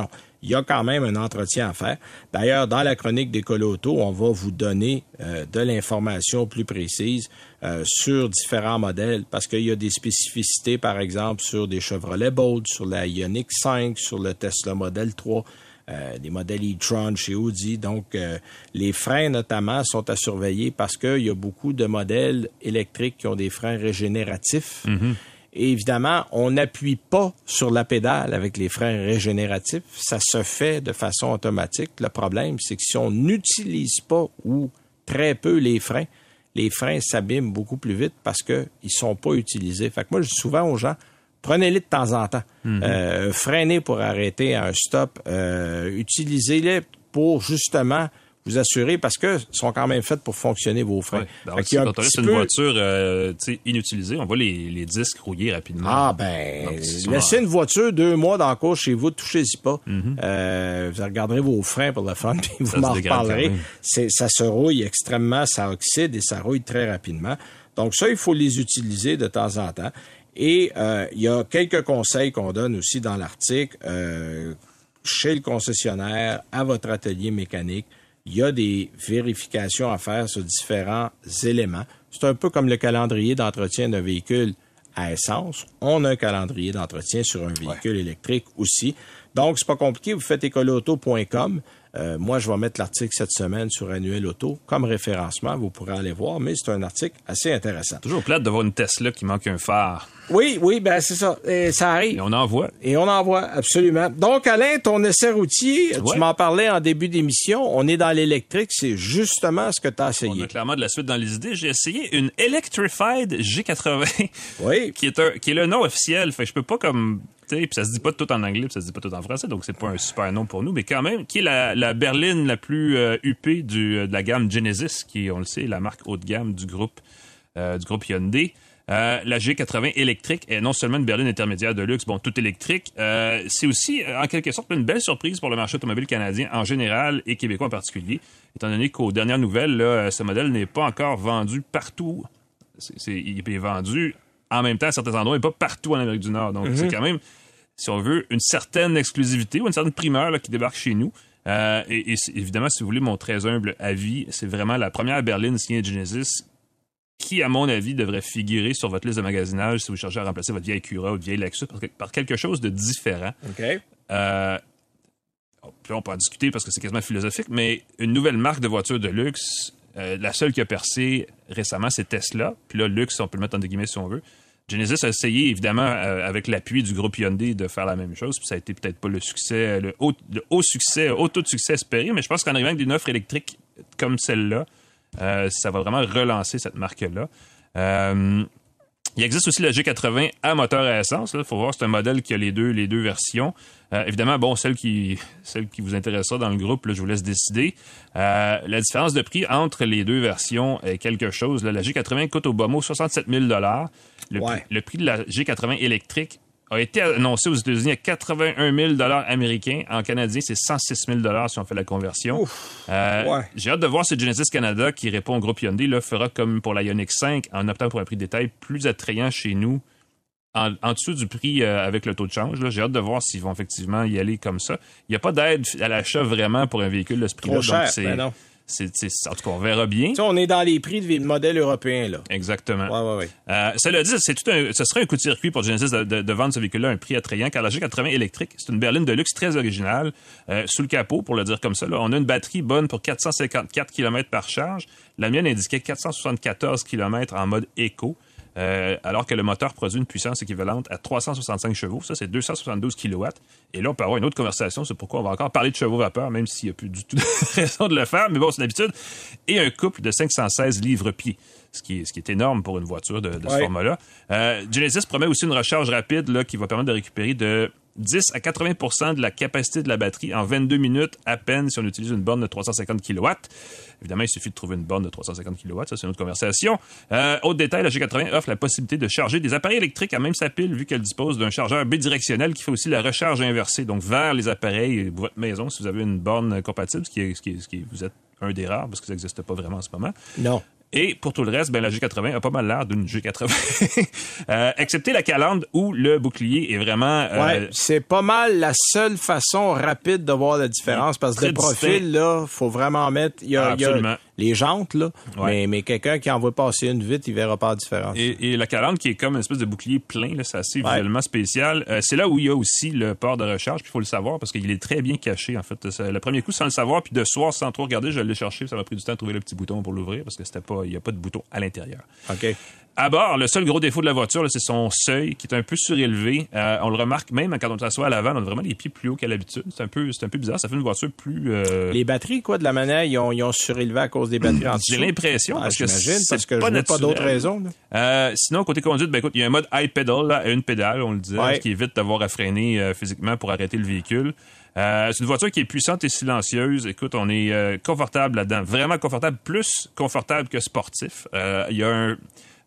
il y a quand même un entretien à faire. D'ailleurs, dans la chronique d'Écolo-Auto, on va vous donner euh, de l'information plus précise euh, sur différents modèles, parce qu'il y a des spécificités, par exemple, sur des Chevrolet Bolt, sur la Ioniq cinq, sur le Tesla Model trois, euh, des modèles e-tron chez Audi. Donc, euh, les freins, notamment, sont à surveiller parce qu'il y a beaucoup de modèles électriques qui ont des freins régénératifs. Mm-hmm. Et évidemment, on n'appuie pas sur la pédale avec les freins régénératifs. Ça se fait de façon automatique. Le problème, c'est que si on n'utilise pas ou très peu les freins, les freins s'abîment beaucoup plus vite parce qu'ils ne sont pas utilisés. Fait que moi, je dis souvent aux gens, prenez-les de temps en temps. Mm-hmm. Euh, freinez pour arrêter à un stop. Euh, utilisez-les pour justement vous assurer, parce que sont quand même faites pour fonctionner vos freins. Ouais. Donc, si, quand on reste une peu... voiture euh, inutilisée, on voit les, les disques rouiller rapidement. Ah ben, donc, souvent... laissez une voiture deux mois dans le cours chez vous, touchez-y pas. Mm-hmm. Euh, vous regarderez vos freins pour le fun, puis vous m'en reparlerez. C'est, ça se rouille extrêmement, ça oxyde et ça rouille très rapidement. Donc ça, il faut les utiliser de temps en temps. Et euh, il y a quelques conseils qu'on donne aussi dans l'article. Euh, chez le concessionnaire, à votre atelier mécanique, il y a des vérifications à faire sur différents éléments. C'est un peu comme le calendrier d'entretien d'un véhicule à essence. On a un calendrier d'entretien sur un véhicule ouais. électrique aussi. Donc, c'est pas compliqué. Vous faites écoloauto point com. Euh, moi, je vais mettre l'article cette semaine sur Annuel Auto comme référencement. Vous pourrez aller voir, mais c'est un article assez intéressant. Toujours plate de voir une Tesla qui manque un phare. Oui, oui, ben c'est ça. Et ça arrive. Et on en voit. Et on en voit, absolument. Donc, Alain, ton essai routier, ouais. tu m'en parlais en début d'émission. On est dans l'électrique. C'est justement ce que tu as essayé. On a clairement de la suite dans les idées. J'ai essayé une Electrified G quatre-vingts. Oui. qui est un, qui est le nom officiel. Fait que je peux pas comme... Puis ça se dit pas tout en anglais, puis ça se dit pas tout en français, donc c'est pas un super nom pour nous, mais quand même, qui est la, la berline la plus euh, huppée du, de la gamme Genesis, qui est, on le sait, la marque haut de gamme du groupe euh, du groupe Hyundai. Euh, la G quatre-vingts électrique est non seulement une berline intermédiaire de luxe, bon, tout électrique, euh, c'est aussi, en quelque sorte, une belle surprise pour le marché automobile canadien en général et québécois en particulier, étant donné qu'aux dernières nouvelles, là, ce modèle n'est pas encore vendu partout. C'est, c'est, il est vendu en même temps à certains endroits et pas partout en Amérique du Nord. Donc, mm-hmm. c'est quand même, si on veut, une certaine exclusivité ou une certaine primeur là, qui débarque chez nous. Euh, et, et évidemment, si vous voulez mon très humble avis, c'est vraiment la première berline signée Genesis qui, à mon avis, devrait figurer sur votre liste de magasinage si vous cherchez à remplacer votre vieille Cura ou votre vieille Lexus par, par quelque chose de différent. OK. Euh, puis on peut en discuter parce que c'est quasiment philosophique, mais une nouvelle marque de voiture de luxe, euh, la seule qui a percé récemment, c'est Tesla. Puis là, luxe, on peut le mettre en des guillemets si on veut. Genesis a essayé, évidemment, euh, avec l'appui du groupe Hyundai, de faire la même chose. Puis ça a été peut-être pas le succès, le haut, le haut succès, haut taux de succès espéré, mais je pense qu'en arrivant avec une offre électrique comme celle-là, euh, ça va vraiment relancer cette marque-là. Euh, il existe aussi la G quatre-vingts à moteur à essence. Il faut voir, c'est un modèle qui a les deux, les deux versions. Euh, évidemment, bon, celle qui, celle qui vous intéressera dans le groupe, là, je vous laisse décider. Euh, la différence de prix entre les deux versions est quelque chose. Là, la G quatre-vingts coûte au bas mot soixante-sept mille dollars. Le, ouais. prix, le prix de la G quatre-vingts électrique a été annoncé aux États-Unis à quatre-vingt-un mille dollars américains. En canadien, c'est cent six mille dollars si on fait la conversion. Ouf, euh, ouais. J'ai hâte de voir si Genesis Canada, qui répond au groupe Hyundai, là, fera comme pour la Ioniq cinq en optant pour un prix de détail plus attrayant chez nous, en, en dessous du prix euh, avec le taux de change. Là. J'ai hâte de voir s'ils vont effectivement y aller comme ça. Il n'y a pas d'aide à l'achat vraiment pour un véhicule de ce prix-là. Trop cher, donc c'est, ben non. C'est, c'est, en tout cas, on verra bien. Tu sais, on est dans les prix de modèles européens, là. Exactement. Ouais, ouais, ouais. Euh, cela dit, c'est tout un, ce serait un coup de circuit pour Genesis de, de, de vendre ce véhicule-là à un prix attrayant, car la G quatre-vingts électrique, c'est une berline de luxe très originale. Euh, sous le capot, pour le dire comme ça, là, on a une batterie bonne pour quatre cent cinquante-quatre kilomètres par charge. La mienne indiquait quatre cent soixante-quatorze kilomètres en mode éco. Euh, alors que le moteur produit une puissance équivalente à trois cent soixante-cinq chevaux. Ça, c'est deux cent soixante-douze kilowatts. Et là, on peut avoir une autre conversation sur pourquoi on va encore parler de chevaux vapeur, même s'il n'y a plus du tout de raison de le faire. Mais bon, c'est l'habitude. Et un couple de cinq cent seize livres-pieds, ce qui est, ce qui est énorme pour une voiture de, de ouais. ce format-là. Euh, Genesis promet aussi une recharge rapide là, qui va permettre de récupérer de dix à quatre-vingts pour cent de la capacité de la batterie en vingt-deux minutes à peine si on utilise une borne de trois cent cinquante kilowatts. Évidemment, il suffit de trouver une borne de trois cent cinquante kilowatts, ça c'est une autre conversation. Euh, autre détail, la G quatre-vingts offre la possibilité de charger des appareils électriques à même sa pile vu qu'elle dispose d'un chargeur bidirectionnel qui fait aussi la recharge inversée, donc vers les appareils de votre maison si vous avez une borne compatible, ce qui est, ce qui est, ce qui est, vous êtes un des rares parce que ça n'existe pas vraiment en ce moment. Non. Et pour tout le reste, ben la G quatre-vingts a pas mal l'air d'une G quatre-vingts. euh, excepté la calandre où le bouclier est vraiment... Euh, ouais, c'est pas mal la seule façon rapide de voir la différence parce que de profil, là, faut vraiment mettre... Il y a, ah, il y a les jantes, là, ouais. mais, mais quelqu'un qui en voit passer une vite, il verra pas la différence. Et, et la calandre qui est comme une espèce de bouclier plein, là, c'est assez ouais. visuellement spécial. Euh, c'est là où il y a aussi le port de recharge, puis il faut le savoir parce qu'il est très bien caché, en fait. C'est, le premier coup, sans le savoir, puis de soir, sans trop regarder, je l'ai cherché, ça m'a pris du temps de trouver le petit bouton pour l'ouvrir parce que c'était pas, il y a pas de bouton à l'intérieur. OK. À bord, le seul gros défaut de la voiture, là, c'est son seuil qui est un peu surélevé. Euh, on le remarque même quand on s'assoit à l'avant, on a vraiment les pieds plus hauts qu'à l'habitude. C'est un peu, c'est un peu bizarre. Ça fait une voiture plus... Euh... Les batteries, quoi, de la manière, ils ont, ils ont surélevé à cause des batteries en dessous. J'ai l'impression. Ah, parce que j'imagine, c'est parce que pas je n'ai pas d'autres raisons. Euh, sinon, côté conduite, ben écoute, il y a un mode iPedal, là, une pédale, on le disait, ouais. ce qui évite d'avoir à freiner euh, physiquement pour arrêter le véhicule. Euh, c'est une voiture qui est puissante et silencieuse. Écoute, on est euh, confortable là-dedans. Vraiment confortable, plus confortable que sportif. Euh, il y a un...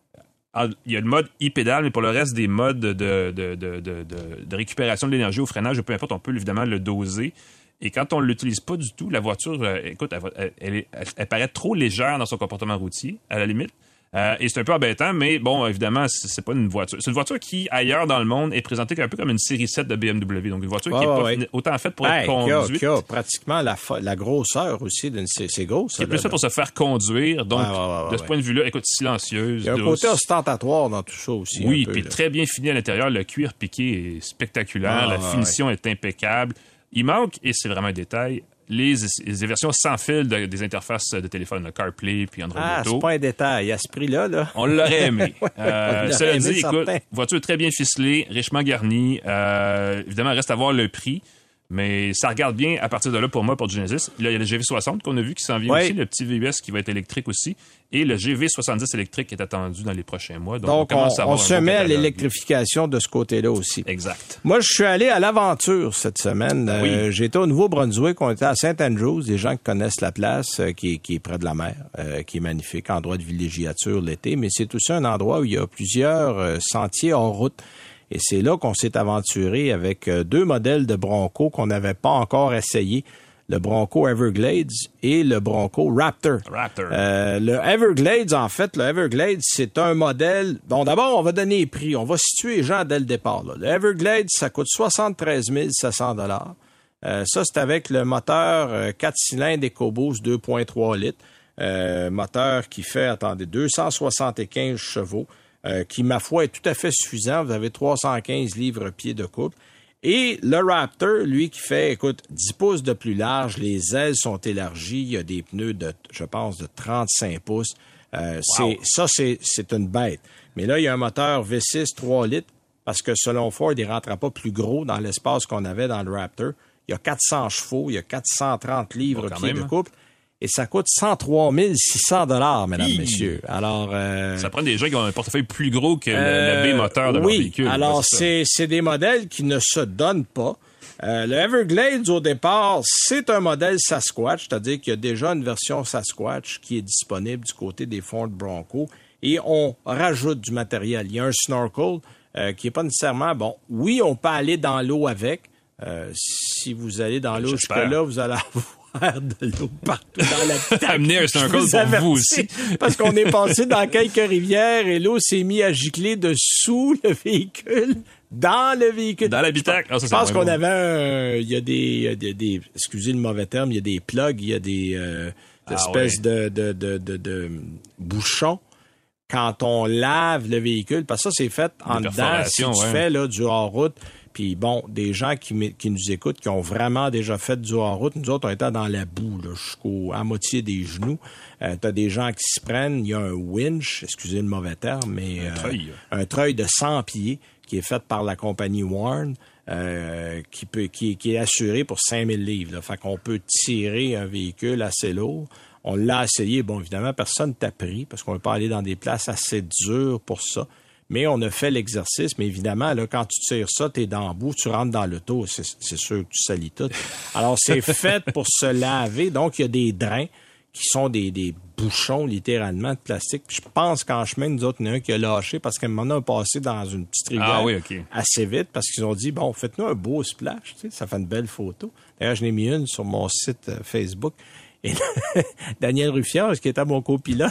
Il y a le mode e-pédale, mais pour le reste des modes de, de, de, de, de, de récupération de l'énergie au freinage, peu importe, on peut évidemment le doser. Et quand on ne l'utilise pas du tout, la voiture, euh, écoute, elle, elle, elle, elle, elle paraît trop légère dans son comportement routier, à la limite. Euh, et c'est un peu embêtant, mais bon, évidemment, c'est, c'est pas une voiture. C'est une voiture qui, ailleurs dans le monde, est présentée un peu comme une série sept de B M W. Donc, une voiture oh, qui est pas ouais. autant faite pour hey, être conduite. Qui a, qui a pratiquement la, la grosseur aussi d'une... C'est, c'est gros, ça. Qui est plus fait pour se faire conduire. Donc, ouais, ouais, ouais, de ce ouais. point de vue-là, écoute, silencieuse. Il y a un douce. côté ostentatoire dans tout ça aussi. Oui, puis très bien fini à l'intérieur. Le cuir piqué est spectaculaire. Ah, la ouais, finition ouais. est impeccable. Il manque, et c'est vraiment un détail, Les, les versions sans fil de, des interfaces de téléphone, le CarPlay puis Android ah, Auto. Ah, c'est pas un détail. À ce prix-là, là. On l'aurait aimé. ouais, euh, on cela aimé dit, écoute, certain. voiture très bien ficelée, richement garnie. Euh, évidemment, reste à voir le prix. Mais ça regarde bien à partir de là pour moi, pour Genesis. Là, il y a le G V soixante qu'on a vu qui s'en vient oui. aussi, le petit V U S qui va être électrique aussi, et le G V soixante-dix électrique qui est attendu dans les prochains mois. Donc, Donc on, on, on se met à l'électrification de ce côté-là aussi. Exact. Moi, je suis allé à l'aventure cette semaine. Oui. Euh, j'ai été au Nouveau-Brunswick, on était à Saint Andrews, des gens qui connaissent la place, euh, qui, est, qui est près de la mer, euh, qui est magnifique, endroit de villégiature l'été, mais c'est aussi un endroit où il y a plusieurs euh, sentiers hors route. Et c'est là qu'on s'est aventuré avec deux modèles de Bronco qu'on n'avait pas encore essayé. Le Bronco Everglades et le Bronco Raptor. Raptor. Euh, le Everglades, en fait, le Everglades, c'est un modèle... Bon, d'abord, on va donner les prix. On va situer les gens dès le départ. Là. Le Everglades, ça coûte soixante-treize mille sept cents dollars. Euh, ça, c'est avec le moteur euh, quatre cylindres EcoBoost deux virgule trois litres. Euh, moteur qui fait, attendez, deux cent soixante-quinze chevaux. Euh, qui, ma foi, est tout à fait suffisant. Vous avez trois cent quinze livres-pieds de couple. Et le Raptor, lui, qui fait, écoute, dix pouces de plus large, les ailes sont élargies, il y a des pneus de, je pense, de trente-cinq pouces. Euh, wow. c'est, ça, c'est, c'est une bête. Mais là, il y a un moteur V six trois litres, parce que selon Ford, il ne rentrait pas plus gros dans l'espace qu'on avait dans le Raptor. Il y a quatre cents chevaux, il y a quatre cent trente livres-pieds de couple. Et ça coûte cent trois mille six cents dollars, mesdames, Hi. messieurs. Alors, euh, ça prend des gens qui ont un portefeuille plus gros que euh, le, le B-moteur de oui, leur véhicule. Alors, c'est, c'est des modèles qui ne se donnent pas. Euh, le Everglades, au départ, c'est un modèle Sasquatch, c'est-à-dire qu'il y a déjà une version Sasquatch qui est disponible du côté des Ford Bronco. Et on rajoute du matériel. Il y a un snorkel euh, qui n'est pas nécessairement... Bon, oui, on peut aller dans l'eau avec. Euh, si vous allez dans l'eau jusque-là, vous allez avoir de l'eau partout dans la tête. Amenez un snorkel pour avertis, vous aussi. Parce qu'on est passé dans quelques rivières et l'eau s'est mise à gicler dessous le véhicule, dans le véhicule. Dans l'habitacle. Je, oh, je pense qu'on bon. avait un... Il y a des, il y a des, des... Excusez le mauvais terme, il y a des plugs, il y a des euh, ah, espèces oui. de, de, de, de, de bouchons quand on lave le véhicule. Parce que ça, c'est fait en dedans. Si tu ouais. fais là, du hors-route... Puis bon, des gens qui, qui nous écoutent, qui ont vraiment déjà fait du hors-route, nous autres, on était dans la boue, là, jusqu'au à moitié des genoux. Euh, t'as des gens qui se prennent, il y a un winch, excusez le mauvais terme, mais un, euh, treuil. un treuil de cent pieds qui est fait par la compagnie Warn, euh, qui peut qui, qui est assuré pour cinq mille livres. Là. Fait qu'on peut tirer un véhicule assez lourd. On l'a essayé, bon, évidemment, personne t'a pris, parce qu'on ne peut pas aller dans des places assez dures pour ça. Mais on a fait l'exercice, mais évidemment, là, quand tu tires ça, t'es dans le bout, tu rentres dans l'auto, c'est, c'est sûr que tu salis tout. Alors, c'est fait pour se laver, donc il y a des drains qui sont des, des bouchons, littéralement, de plastique. Puis je pense qu'en chemin, nous autres, il y en a un qui a lâché parce qu'à un moment donné, on a passé dans une petite rivière ah, oui, okay. assez vite parce qu'ils ont dit, bon, faites-nous un beau splash, tu sais, ça fait une belle photo. D'ailleurs, je l'ai mis une sur mon site euh, Facebook. Et Daniel Ruffiard, qui était mon copilote,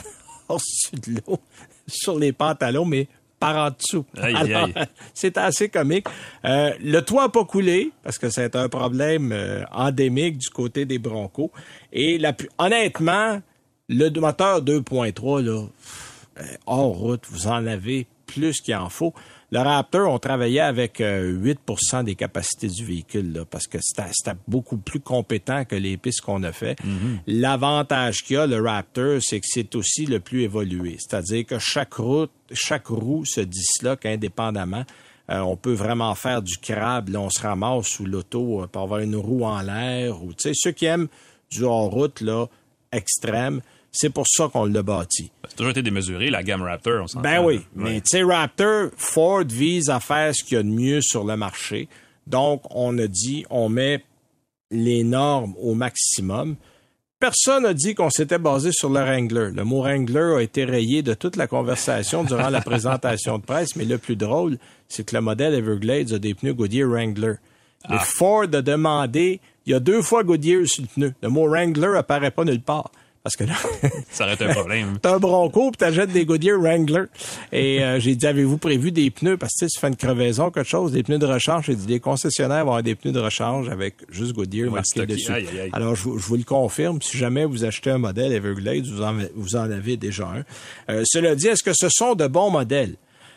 passe de l'eau sur les pantalons, mais par en dessous. Aïe, Alors, aïe. c'est assez comique. Euh, le toit n'a pas coulé, parce que c'est un problème euh, endémique du côté des Broncos. Et la, honnêtement, le moteur deux point trois, là, euh, hors route, vous en avez plus qu'il en faut. Le Raptor, on travaillait avec euh, huit pour cent des capacités du véhicule, là, parce que c'était, c'était beaucoup plus compétent que les pistes qu'on a fait. Mm-hmm. L'avantage qu'il y a, le Raptor, c'est que c'est aussi le plus évolué. C'est-à-dire que chaque route, chaque roue se disloque indépendamment. Euh, on peut vraiment faire du crabe. Là, on se ramasse sous l'auto euh, pour avoir une roue en l'air. Ou, tu sais, ceux qui aiment du hors-route là, extrême, c'est pour ça qu'on l'a bâti. Ça a toujours été démesuré, la gamme Raptor, on s'entend. Ben oui, ouais. mais tu sais, Raptor, Ford vise à faire ce qu'il y a de mieux sur le marché. Donc, on a dit, on met les normes au maximum. Personne n'a dit qu'on s'était basé sur le Wrangler. Le mot Wrangler a été rayé de toute la conversation durant la présentation de presse, mais le plus drôle, c'est que le modèle Everglades a des pneus Goodyear Wrangler. Ah. Mais Ford a demandé, il y a deux fois Goodyear sur le pneu. Le mot Wrangler apparaît pas nulle part. Parce que là, ça aurait été un problème. T'as un Bronco puis t'achètes des Goodyear Wrangler. Et euh, j'ai dit, avez-vous prévu des pneus? Parce que tu sais, tu fais une crevaison, quelque chose, des pneus de rechange. J'ai dit, les concessionnaires vont avoir des pneus de rechange avec juste Goodyear ouais, marqué dessus. Aïe, aïe, aïe. Alors, je, je vous le confirme, si jamais vous achetez un modèle Everglades, vous en, vous en avez déjà un. Euh, cela dit, est-ce que ce sont de bons modèles?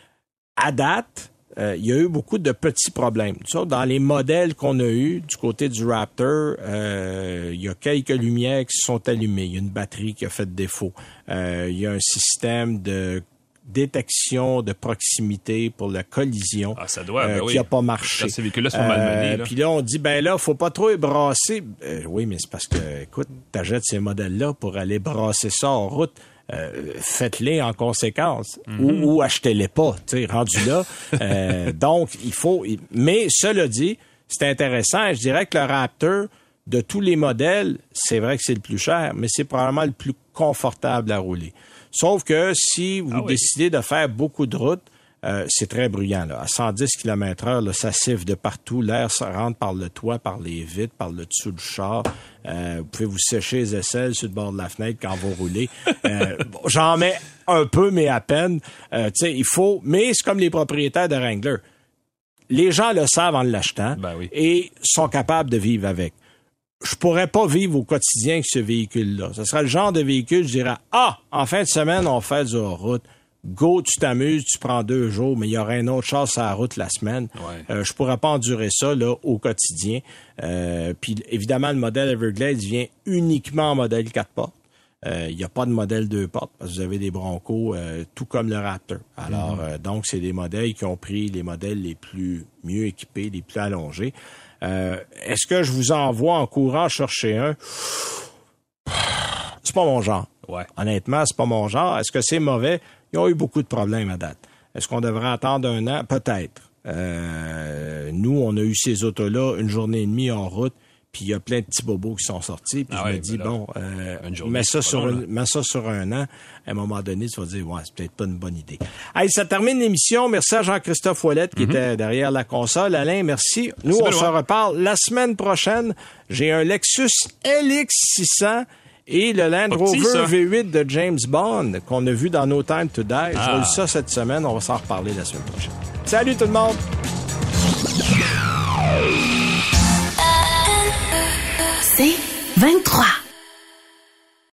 À date, Euh, il y a eu beaucoup de petits problèmes. Tu sais, dans les modèles qu'on a eus du côté du Raptor, euh, il y a quelques lumières qui sont allumées. Il y a une batterie qui a fait défaut. Euh, il y a un système de détection de proximité pour la collision ah, ça doit, euh, ben oui. qui n'a pas marché. Là, ces véhicules-là sont malmenés. Euh, Puis là, on dit, ben là, faut pas trop les brasser. Euh, oui, mais c'est parce que, écoute, t'achètes ces modèles-là pour aller brasser ça en route. Euh, faites-les en conséquence mm-hmm. ou, ou achetez-les pas, tu sais, rendu là. Euh, donc, il faut... Mais cela dit, c'est intéressant. Je dirais que le Raptor, de tous les modèles, c'est vrai que c'est le plus cher, mais c'est probablement le plus confortable à rouler. Sauf que si vous ah oui. décidez de faire beaucoup de routes, euh, c'est très bruyant. Là. À cent dix kilomètres heure, là, ça siffle de partout. L'air se rentre par le toit, par les vitres, par le dessous du char. Euh, vous pouvez vous sécher les aisselles sur le bord de la fenêtre quand vous roulez. Euh, j'en mets un peu, mais à peine. Euh, tu sais, il faut... Mais c'est comme les propriétaires de Wrangler. Les gens le savent en l'achetant ben oui. et sont capables de vivre avec. Je pourrais pas vivre au quotidien avec ce véhicule-là. Ce serait le genre de véhicule, je dirais, ah, en fin de semaine, on fait du hors-route. Go, tu t'amuses, tu prends deux jours, mais il y aurait un autre char sur la route la semaine. Ouais. Euh, je pourrais pas endurer ça là au quotidien. Euh, puis évidemment, le modèle Everglades vient uniquement en modèle quatre portes. Il euh, n'y a pas de modèle deux portes parce que vous avez des Broncos, euh, tout comme le Raptor. Alors, mm-hmm. euh, donc, c'est des modèles qui ont pris les modèles les plus mieux équipés, les plus allongés. Euh, est-ce que je vous envoie en courant chercher un? C'est pas mon genre. Ouais. Honnêtement, c'est pas mon genre. Est-ce que c'est mauvais? Ils ont eu beaucoup de problèmes à date. Est-ce qu'on devrait attendre un an? Peut-être. Euh, nous, on a eu ces autos-là une journée et demie en route, puis il y a plein de petits bobos qui sont sortis, puis ah je ouais, me dis, là, bon, euh, journée, mets, ça sur long, un, mets ça sur un an. À un moment donné, tu vas dire, ouais, c'est peut-être pas une bonne idée. Hey, ça termine l'émission. Merci à Jean-Christophe Ouellette qui mm-hmm. était derrière la console. Alain, merci. Nous, merci on se reparle la semaine prochaine. J'ai un Lexus L X six cents et le Land Rover petit, V huit de James Bond qu'on a vu dans No Time to Die. Ah. Je roule ça cette semaine. On va s'en reparler la semaine prochaine. Salut tout le monde! C'est vingt-trois.